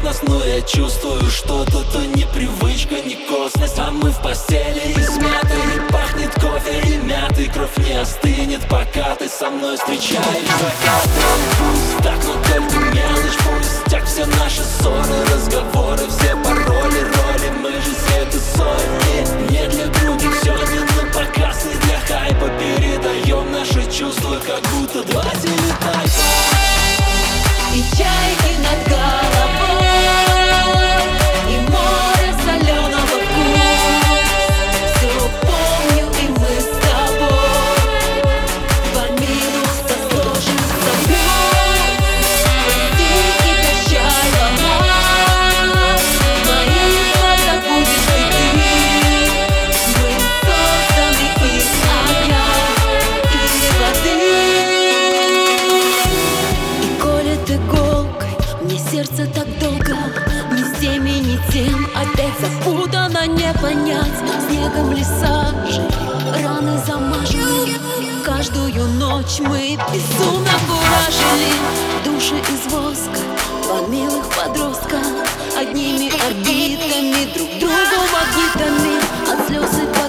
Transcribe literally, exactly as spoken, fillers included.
нас, но я чувствую что-то, то непривычка, не косность. А мы в постели измяты, и пахнет кофе и мятой. Кровь не остынет, пока ты со мной встречаешь закаты. Пусть так, но только мелочь, пустяк. Все наши ссоры, разговоры, все пароли, роли. Мы же светы сотни, не для других все не на показ, не для хайпа. Передаем наши чувства, как будто два телетайпа. И чайки над головой, и море соленого вкуса. Все помню, и мы с тобой по минуса сложимся в плюс. Прости и прощай, ломай, в моих глазах будешь и ты. Мы созданы из огня и воды. Иголкой мне сердце так долго, ни с теми, ни тем опять запутано, не понять. Снегом леса жили, раны замажены. Каждую ночь мы безумно куражили. Души из воска, два милых подростка, одними орбитами, друг другу магнитами. От слез и